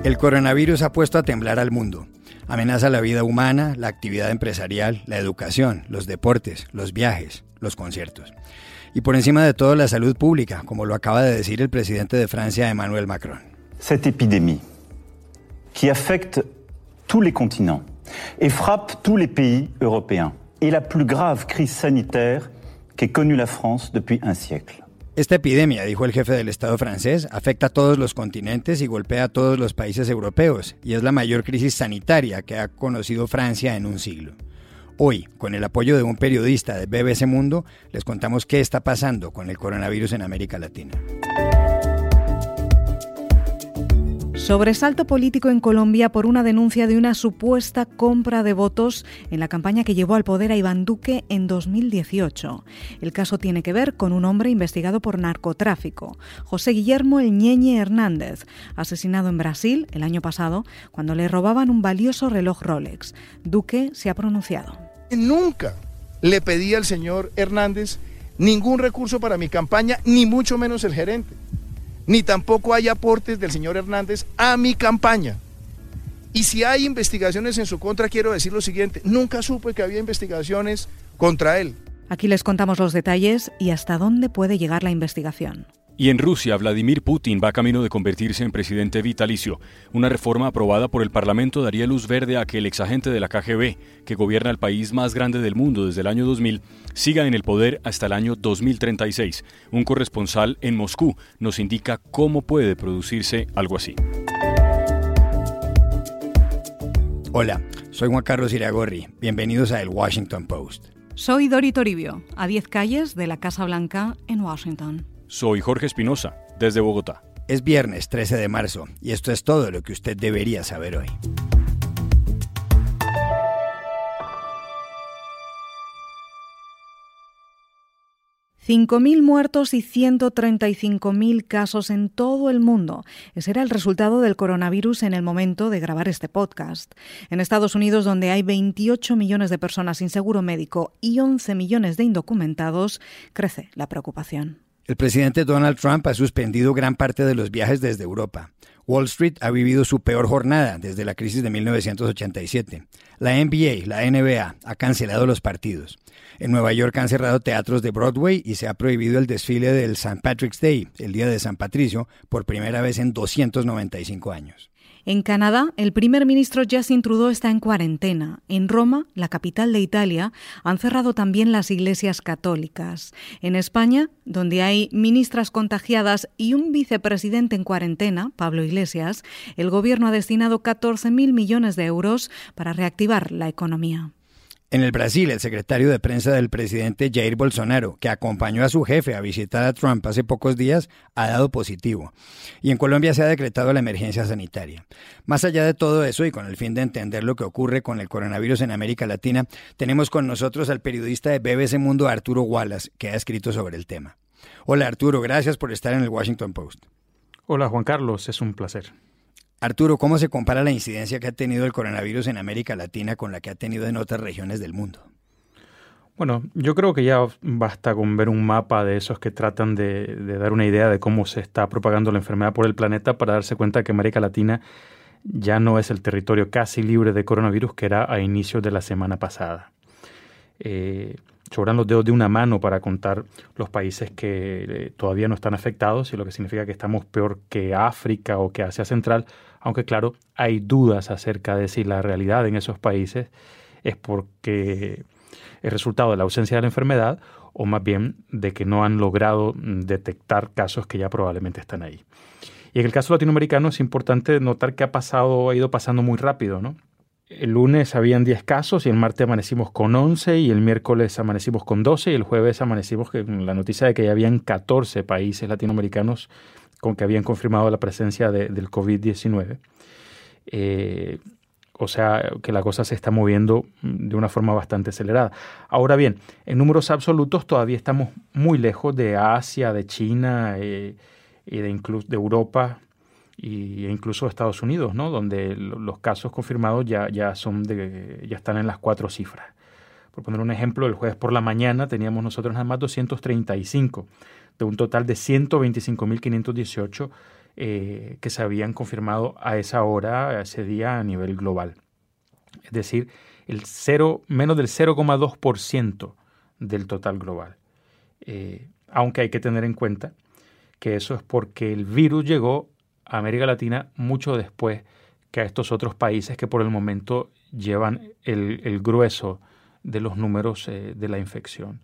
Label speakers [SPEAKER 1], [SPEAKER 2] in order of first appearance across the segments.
[SPEAKER 1] El coronavirus ha puesto a temblar al mundo. Amenaza la vida humana, la actividad empresarial, la educación, los deportes, los viajes, los conciertos. Y por encima de todo la salud pública, como lo acaba de decir el presidente de Francia, Emmanuel Macron.
[SPEAKER 2] Cette épidémie qui affecte tous les continents et frappe tous les pays européens est la plus grave crise sanitaire qu'ait connue la France depuis un siècle.
[SPEAKER 1] Esta epidemia, dijo el jefe del Estado francés, afecta a todos los continentes y golpea a todos los países europeos, y es la mayor crisis sanitaria que ha conocido Francia en un siglo. Hoy, con el apoyo de un periodista de BBC Mundo, les contamos qué está pasando con el coronavirus en América Latina.
[SPEAKER 3] Sobresalto político en Colombia por una denuncia de una supuesta compra de votos en la campaña que llevó al poder a Iván Duque en 2018. El caso tiene que ver con un hombre investigado por narcotráfico, José Guillermo El Ñeñe Hernández, asesinado en Brasil el año pasado cuando le robaban un valioso reloj Rolex. Duque se ha pronunciado.
[SPEAKER 4] Nunca le pedí al señor Hernández ningún recurso para mi campaña, ni mucho menos el gerente. Ni tampoco hay aportes del señor Hernández a mi campaña. Y si hay investigaciones en su contra, quiero decir lo siguiente: nunca supe que había investigaciones contra él.
[SPEAKER 3] Aquí les contamos los detalles y hasta dónde puede llegar la investigación.
[SPEAKER 5] Y en Rusia, Vladimir Putin va camino de convertirse en presidente vitalicio. Una reforma aprobada por el Parlamento daría luz verde a que el exagente de la KGB, que gobierna el país más grande del mundo desde el año 2000, siga en el poder hasta el año 2036. Un corresponsal en Moscú nos indica cómo puede producirse algo así.
[SPEAKER 1] Hola, soy Juan Carlos Iragorri. Bienvenidos a El Washington Post.
[SPEAKER 3] Soy Dori Toribio, a 10 calles de la Casa Blanca en Washington.
[SPEAKER 5] Soy Jorge Espinosa, desde Bogotá.
[SPEAKER 1] Es viernes 13 de marzo y esto es todo lo que usted debería saber hoy.
[SPEAKER 3] $5.000 muertos y 135.000 casos en todo el mundo. Ese era el resultado del coronavirus en el momento de grabar este podcast. En Estados Unidos, donde hay 28 millones de personas sin seguro médico y 11 millones de indocumentados, crece la preocupación.
[SPEAKER 1] El presidente Donald Trump ha suspendido gran parte de los viajes desde Europa. Wall Street ha vivido su peor jornada desde la crisis de 1987. La NBA, la NBA, ha cancelado los partidos. En Nueva York han cerrado teatros de Broadway y se ha prohibido el desfile del St. Patrick's Day, el Día de San Patricio, por primera vez en 295 años.
[SPEAKER 3] En Canadá, el primer ministro Justin Trudeau está en cuarentena. En Roma, la capital de Italia, han cerrado también las iglesias católicas. En España, donde hay ministras contagiadas y un vicepresidente en cuarentena, Pablo Iglesias, el gobierno ha destinado 14.000 millones de euros para reactivar la economía.
[SPEAKER 1] En el Brasil, el secretario de prensa del presidente Jair Bolsonaro, que acompañó a su jefe a visitar a Trump hace pocos días, ha dado positivo. Y en Colombia se ha decretado la emergencia sanitaria. Más allá de todo eso y con el fin de entender lo que ocurre con el coronavirus en América Latina, tenemos con nosotros al periodista de BBC Mundo, Arturo Wallace, que ha escrito sobre el tema. Hola Arturo, gracias por estar en el Washington Post.
[SPEAKER 6] Hola Juan Carlos, es un placer.
[SPEAKER 1] Arturo, ¿cómo se compara la incidencia que ha tenido el coronavirus en América Latina con la que ha tenido en otras regiones del mundo?
[SPEAKER 6] Bueno, yo creo que ya basta con ver un mapa de esos que tratan de dar una idea de cómo se está propagando la enfermedad por el planeta para darse cuenta que América Latina ya no es el territorio casi libre de coronavirus que era a inicios de la semana pasada. Sobran los dedos de una mano para contar los países que todavía no están afectados, y lo que significa que estamos peor que África o que Asia Central, aunque claro, hay dudas acerca de si la realidad en esos países es porque es resultado de la ausencia de la enfermedad o más bien de que no han logrado detectar casos que ya probablemente están ahí. Y en el caso latinoamericano es importante notar que ha ido pasando muy rápido, ¿no? El lunes habían 10 casos y el martes amanecimos con 11 y el miércoles amanecimos con 12 y el jueves amanecimos con la noticia de que ya habían 14 países latinoamericanos con que habían confirmado la presencia del COVID-19. O sea que la cosa se está moviendo de una forma bastante acelerada. Ahora bien, en números absolutos todavía estamos muy lejos de Asia, de China y de Europa e incluso Estados Unidos, ¿no? Donde los casos confirmados ya están en las 4 cifras. Por poner un ejemplo, el jueves por la mañana teníamos nosotros nada más 235 de un total de 125.518 que se habían confirmado a esa hora, a ese día, a nivel global. Es decir, menos del 0,2% del total global. Aunque hay que tener en cuenta que eso es porque el virus llegó a América Latina mucho después que a estos otros países que por el momento llevan el grueso de los números de la infección.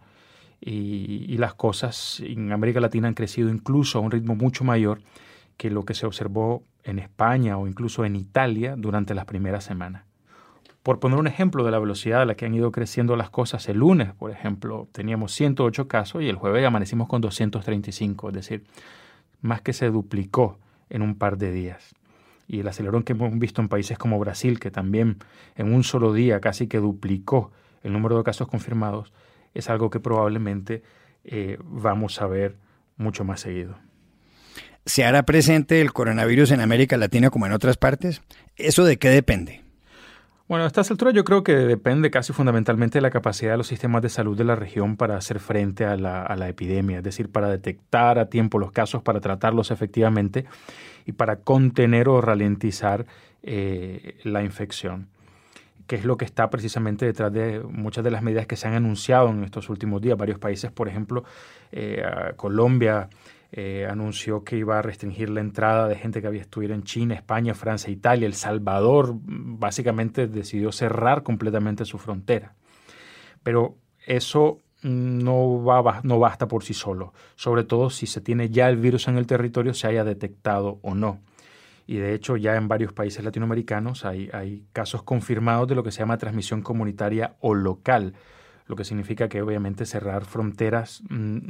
[SPEAKER 6] Y las cosas en América Latina han crecido incluso a un ritmo mucho mayor que lo que se observó en España o incluso en Italia durante las primeras semanas. Por poner un ejemplo de la velocidad a la que han ido creciendo las cosas, el lunes, por ejemplo, teníamos 108 casos y el jueves amanecimos con 235, es decir, más que se duplicó en un par de días. Y el acelerón que hemos visto en países como Brasil, que también en un solo día casi que duplicó el número de casos confirmados, es algo que probablemente vamos a ver mucho más seguido.
[SPEAKER 1] ¿Se hará presente el coronavirus en América Latina como en otras partes? ¿Eso de qué depende?
[SPEAKER 6] Bueno, a estas alturas yo creo que depende casi fundamentalmente de la capacidad de los sistemas de salud de la región para hacer frente a la epidemia, es decir, para detectar a tiempo los casos, para tratarlos efectivamente y para contener o ralentizar la infección, que es lo que está precisamente detrás de muchas de las medidas que se han anunciado en estos últimos días. Varios países, por ejemplo, Colombia anunció que iba a restringir la entrada de gente que estuviera en China, España, Francia, Italia. El Salvador básicamente decidió cerrar completamente su frontera. Pero eso no basta por sí solo, sobre todo si se tiene ya el virus en el territorio, se haya detectado o no. Y de hecho ya en varios países latinoamericanos hay casos confirmados de lo que se llama transmisión comunitaria o local, lo que significa que obviamente cerrar fronteras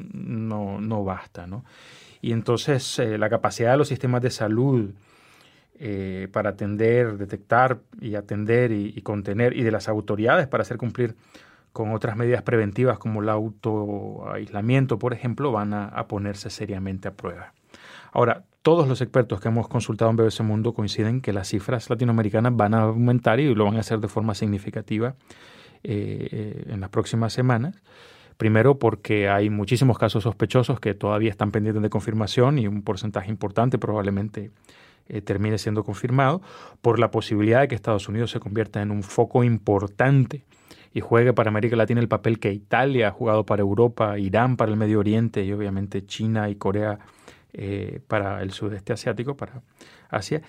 [SPEAKER 6] no basta, ¿no? Y entonces la capacidad de los sistemas de salud para atender, detectar y atender y contener, y de las autoridades para hacer cumplir con otras medidas preventivas como el autoaislamiento, por ejemplo, van a ponerse seriamente a prueba. Ahora, todos los expertos que hemos consultado en BBC Mundo coinciden que las cifras latinoamericanas van a aumentar y lo van a hacer de forma significativa en las próximas semanas. Primero porque hay muchísimos casos sospechosos que todavía están pendientes de confirmación y un porcentaje importante probablemente termine siendo confirmado, por la posibilidad de que Estados Unidos se convierta en un foco importante y juegue para América Latina el papel que Italia ha jugado para Europa, Irán para el Medio Oriente y obviamente China y Corea para el sudeste asiático, para Asia.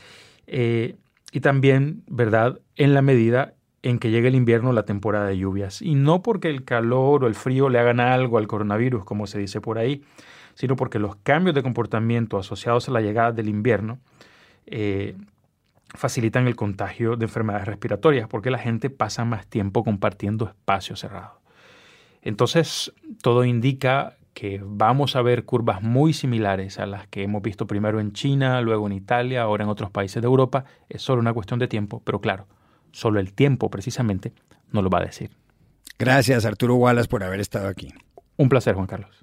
[SPEAKER 6] Y también, ¿verdad?, en la medida en que llegue el invierno, la temporada de lluvias. Y no porque el calor o el frío le hagan algo al coronavirus, como se dice por ahí, sino porque los cambios de comportamiento asociados a la llegada del invierno facilitan el contagio de enfermedades respiratorias, porque la gente pasa más tiempo compartiendo espacios cerrados. Entonces, todo indica que vamos a ver curvas muy similares a las que hemos visto primero en China, luego en Italia, ahora en otros países de Europa. Es solo una cuestión de tiempo, pero claro, solo el tiempo precisamente nos lo va a decir.
[SPEAKER 1] Gracias, Arturo Wallace, por haber estado aquí.
[SPEAKER 6] Un placer, Juan Carlos.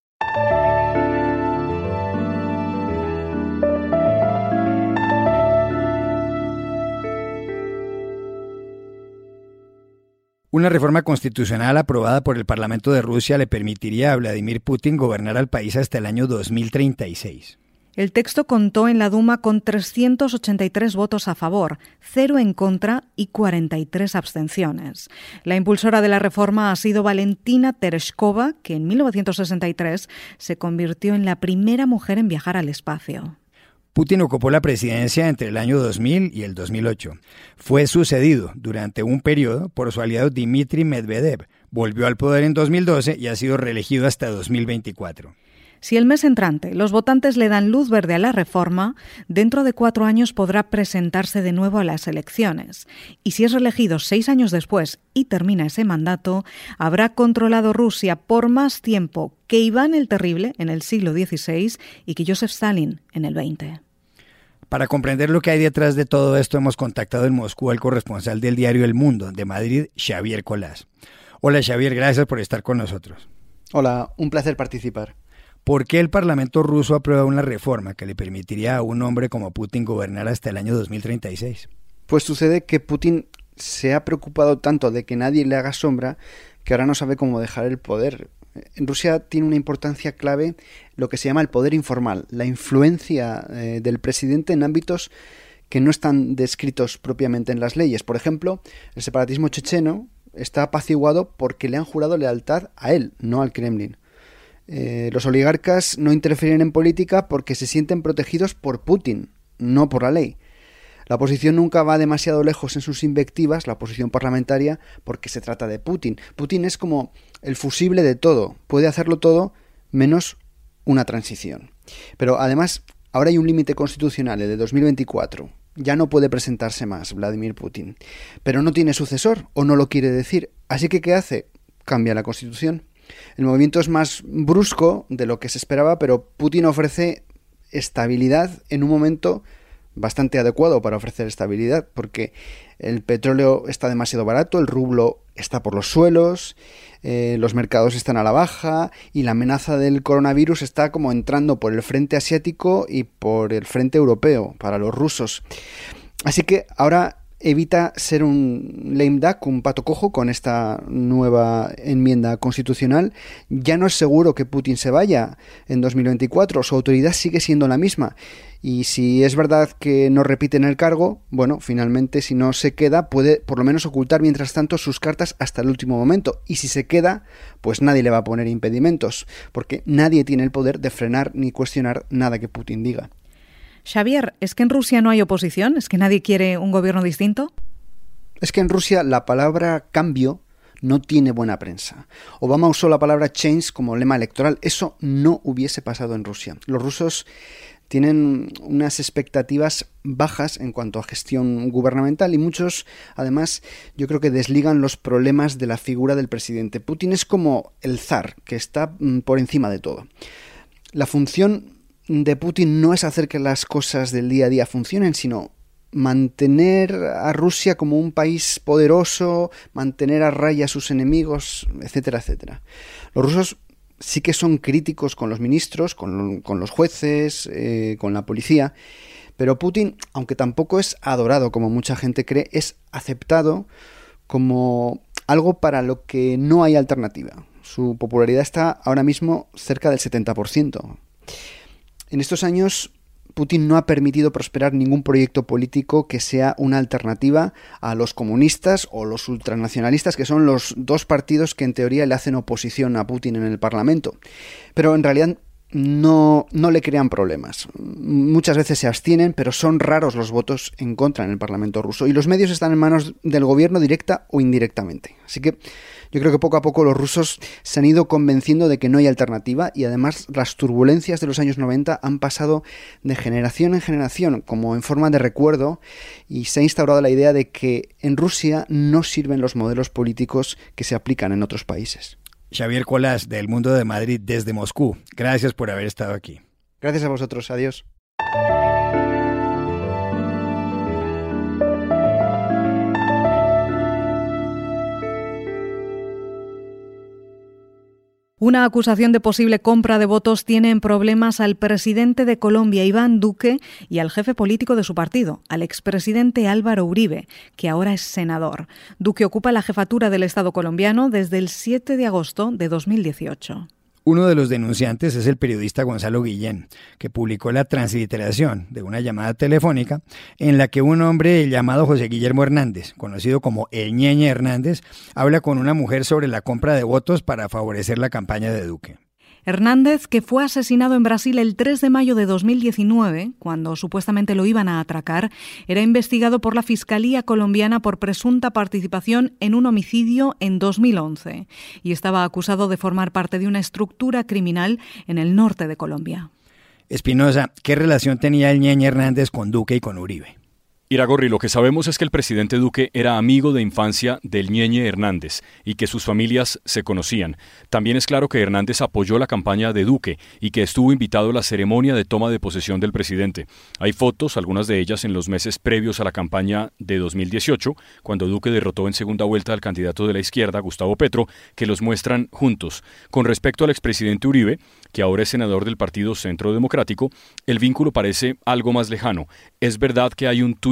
[SPEAKER 1] Una reforma constitucional aprobada por el Parlamento de Rusia le permitiría a Vladimir Putin gobernar al país hasta el año 2036.
[SPEAKER 3] El texto contó en la Duma con 383 votos a favor, 0 en contra y 43 abstenciones. La impulsora de la reforma ha sido Valentina Tereshkova, que en 1963 se convirtió en la primera mujer en viajar al espacio.
[SPEAKER 1] Putin ocupó la presidencia entre el año 2000 y el 2008. Fue sucedido durante un periodo por su aliado Dmitry Medvedev. Volvió al poder en 2012 y ha sido reelegido hasta 2024.
[SPEAKER 3] Si el mes entrante los votantes le dan luz verde a la reforma, dentro de 4 años podrá presentarse de nuevo a las elecciones. Y si es reelegido 6 años después y termina ese mandato, habrá controlado Rusia por más tiempo que Iván el Terrible en el siglo XVI y que Joseph Stalin en el XX.
[SPEAKER 1] Para comprender lo que hay detrás de todo esto, hemos contactado en Moscú al corresponsal del diario El Mundo de Madrid, Xavier Colás. Hola Xavier, gracias por estar con nosotros.
[SPEAKER 7] Hola, un placer participar.
[SPEAKER 1] ¿Por qué el Parlamento ruso aprueba una reforma que le permitiría a un hombre como Putin gobernar hasta el año 2036?
[SPEAKER 7] Pues sucede que Putin se ha preocupado tanto de que nadie le haga sombra que ahora no sabe cómo dejar el poder. En Rusia tiene una importancia clave lo que se llama el poder informal, la influencia del presidente en ámbitos que no están descritos propiamente en las leyes. Por ejemplo, el separatismo checheno está apaciguado porque le han jurado lealtad a él, no al Kremlin. Los oligarcas no interfieren en política porque se sienten protegidos por Putin, no por la ley. La oposición nunca va demasiado lejos en sus invectivas, la oposición parlamentaria, porque se trata de Putin. Putin es como el fusible de todo, puede hacerlo todo menos una transición. Pero además, ahora hay un límite constitucional, el de 2024. Ya no puede presentarse más Vladimir Putin. Pero no tiene sucesor, o no lo quiere decir. Así que, ¿qué hace? Cambia la Constitución. El movimiento es más brusco de lo que se esperaba, pero Putin ofrece estabilidad en un momento bastante adecuado para ofrecer estabilidad, porque el petróleo está demasiado barato, el rublo está por los suelos, los mercados están a la baja y la amenaza del coronavirus está como entrando por el frente asiático y por el frente europeo para los rusos. Así que ahora evita ser un lame duck, un pato cojo con esta nueva enmienda constitucional. Ya no es seguro que Putin se vaya en 2024, su autoridad sigue siendo la misma. Y si es verdad que no repite en el cargo, bueno, finalmente si no se queda puede por lo menos ocultar mientras tanto sus cartas hasta el último momento. Y si se queda, pues nadie le va a poner impedimentos, porque nadie tiene el poder de frenar ni cuestionar nada que Putin diga.
[SPEAKER 3] Xavier, ¿es que en Rusia no hay oposición? ¿Es que nadie quiere un gobierno distinto?
[SPEAKER 7] Es que en Rusia la palabra cambio no tiene buena prensa. Obama usó la palabra change como lema electoral. Eso no hubiese pasado en Rusia. Los rusos tienen unas expectativas bajas en cuanto a gestión gubernamental y muchos, además, yo creo que desligan los problemas de la figura del presidente. Putin es como el zar, que está por encima de todo. La función de Putin no es hacer que las cosas del día a día funcionen, sino mantener a Rusia como un país poderoso, mantener a raya a sus enemigos, etcétera, etcétera. Los rusos sí que son críticos con los ministros, con los jueces, con la policía, pero Putin, aunque tampoco es adorado como mucha gente cree, es aceptado como algo para lo que no hay alternativa. Su popularidad está ahora mismo cerca del 70%. En estos años, Putin no ha permitido prosperar ningún proyecto político que sea una alternativa a los comunistas o los ultranacionalistas, que son los dos partidos que en teoría le hacen oposición a Putin en el Parlamento. Pero en realidad no le crean problemas. Muchas veces se abstienen, pero son raros los votos en contra en el Parlamento ruso. Y los medios están en manos del gobierno directa o indirectamente. Así que yo creo que poco a poco los rusos se han ido convenciendo de que no hay alternativa y además las turbulencias de los años 90 han pasado de generación en generación como en forma de recuerdo y se ha instaurado la idea de que en Rusia no sirven los modelos políticos que se aplican en otros países.
[SPEAKER 1] Xavier Colás, del Mundo de Madrid desde Moscú. Gracias por haber estado aquí.
[SPEAKER 7] Gracias a vosotros. Adiós.
[SPEAKER 3] Una acusación de posible compra de votos tiene en problemas al presidente de Colombia, Iván Duque, y al jefe político de su partido, al expresidente Álvaro Uribe, que ahora es senador. Duque ocupa la jefatura del Estado colombiano desde el 7 de agosto de 2018.
[SPEAKER 1] Uno de los denunciantes es el periodista Gonzalo Guillén, que publicó la transliteración de una llamada telefónica en la que un hombre llamado José Guillermo Hernández, conocido como el Ñeñe Hernández, habla con una mujer sobre la compra de votos para favorecer la campaña de Duque.
[SPEAKER 3] Hernández, que fue asesinado en Brasil el 3 de mayo de 2019, cuando supuestamente lo iban a atracar, era investigado por la Fiscalía colombiana por presunta participación en un homicidio en 2011 y estaba acusado de formar parte de una estructura criminal en el norte de Colombia.
[SPEAKER 1] Espinosa, ¿qué relación tenía el Ñeñe Hernández con Duque y con Uribe?
[SPEAKER 5] Iragorri, lo que sabemos es que el presidente Duque era amigo de infancia del Ñeñe Hernández y que sus familias se conocían. También es claro que Hernández apoyó la campaña de Duque y que estuvo invitado a la ceremonia de toma de posesión del presidente. Hay fotos, algunas de ellas en los meses previos a la campaña de 2018, cuando Duque derrotó en segunda vuelta al candidato de la izquierda, Gustavo Petro, que los muestran juntos. Con respecto al expresidente Uribe, que ahora es senador del Partido Centro Democrático, el vínculo parece algo más lejano. Es verdad que hay un tuit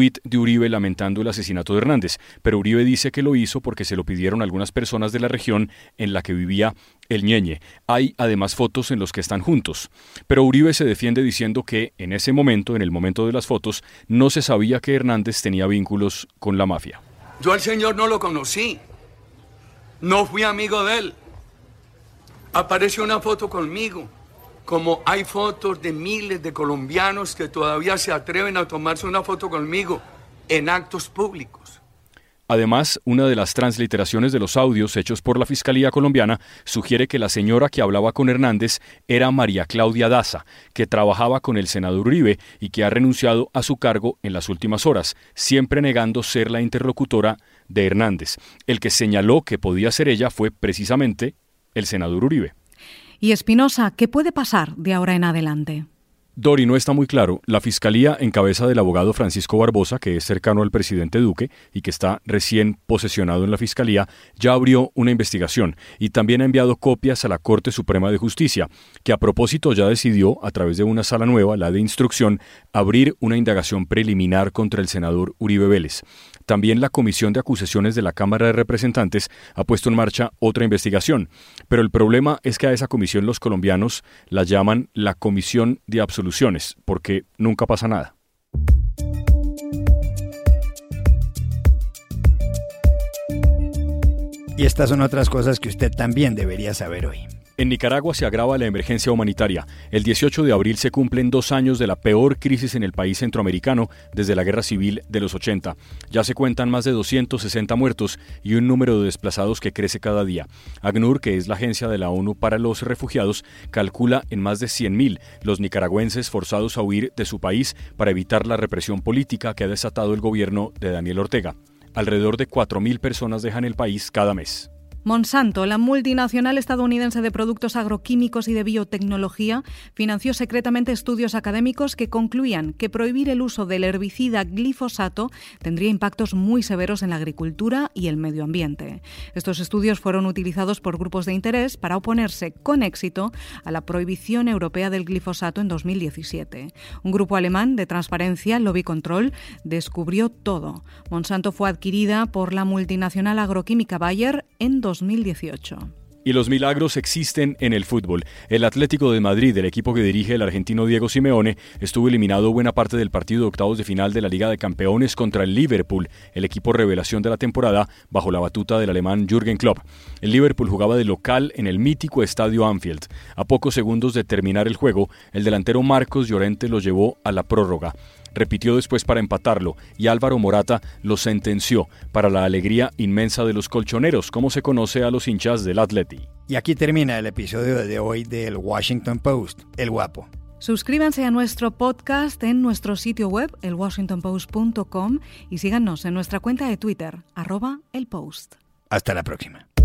[SPEAKER 5] tuit de Uribe lamentando el asesinato de Hernández, pero Uribe dice que lo hizo porque se lo pidieron algunas personas de la región en la que vivía el Ñeñe. Hay además fotos en los que están juntos. Pero Uribe se defiende diciendo que en ese momento, en el momento de las fotos, no se sabía que Hernández tenía vínculos con la mafia.
[SPEAKER 8] Yo al señor no lo conocí. No fui amigo de él. Apareció una foto conmigo. Como hay fotos de miles de colombianos que todavía se atreven a tomarse una foto conmigo en actos públicos.
[SPEAKER 5] Además, una de las transliteraciones de los audios hechos por la Fiscalía colombiana sugiere que la señora que hablaba con Hernández era María Claudia Daza, que trabajaba con el senador Uribe y que ha renunciado a su cargo en las últimas horas, siempre negando ser la interlocutora de Hernández. El que señaló que podía ser ella fue precisamente el senador Uribe.
[SPEAKER 3] Y Espinosa, ¿qué puede pasar de ahora en adelante?
[SPEAKER 5] Dori, no está muy claro. La Fiscalía, en cabeza del abogado Francisco Barbosa, que es cercano al presidente Duque y que está recién posesionado en la Fiscalía, ya abrió una investigación y también ha enviado copias a la Corte Suprema de Justicia, que a propósito ya decidió, a través de una sala nueva, la de instrucción, abrir una indagación preliminar contra el senador Uribe Vélez. También la Comisión de Acusaciones de la Cámara de Representantes ha puesto en marcha otra investigación. Pero el problema es que a esa comisión los colombianos la llaman la Comisión de Absoluciones, porque nunca pasa nada.
[SPEAKER 1] Y estas son otras cosas que usted también debería saber hoy.
[SPEAKER 5] En Nicaragua se agrava la emergencia humanitaria. El 18 de abril se cumplen 2 años de la peor crisis en el país centroamericano desde la Guerra Civil de los 80. Ya se cuentan más de 260 muertos y un número de desplazados que crece cada día. ACNUR, que es la agencia de la ONU para los refugiados, calcula en más de 100.000 los nicaragüenses forzados a huir de su país para evitar la represión política que ha desatado el gobierno de Daniel Ortega. Alrededor de 4.000 personas dejan el país cada mes.
[SPEAKER 3] Monsanto, la multinacional estadounidense de productos agroquímicos y de biotecnología, financió secretamente estudios académicos que concluían que prohibir el uso del herbicida glifosato tendría impactos muy severos en la agricultura y el medio ambiente. Estos estudios fueron utilizados por grupos de interés para oponerse con éxito a la prohibición europea del glifosato en 2017. Un grupo alemán de transparencia, Lobby Control, descubrió todo. Monsanto fue adquirida por la multinacional agroquímica Bayer en 2018.
[SPEAKER 5] Y los milagros existen en el fútbol. El Atlético de Madrid, el equipo que dirige el argentino Diego Simeone, estuvo eliminado buena parte del partido de octavos de final de la Liga de Campeones contra el Liverpool, el equipo revelación de la temporada, bajo la batuta del alemán Jürgen Klopp. El Liverpool jugaba de local en el mítico estadio Anfield. A pocos segundos de terminar el juego, el delantero Marcos Llorente lo llevó a la prórroga. Repitió después para empatarlo y Álvaro Morata lo sentenció para la alegría inmensa de los colchoneros, como se conoce a los hinchas del Atleti.
[SPEAKER 1] Y aquí termina el episodio de hoy del Washington Post, El Guapo.
[SPEAKER 3] Suscríbanse a nuestro podcast en nuestro sitio web, elwashingtonpost.com, y síganos en nuestra cuenta de Twitter, @elpost.
[SPEAKER 1] Hasta la próxima.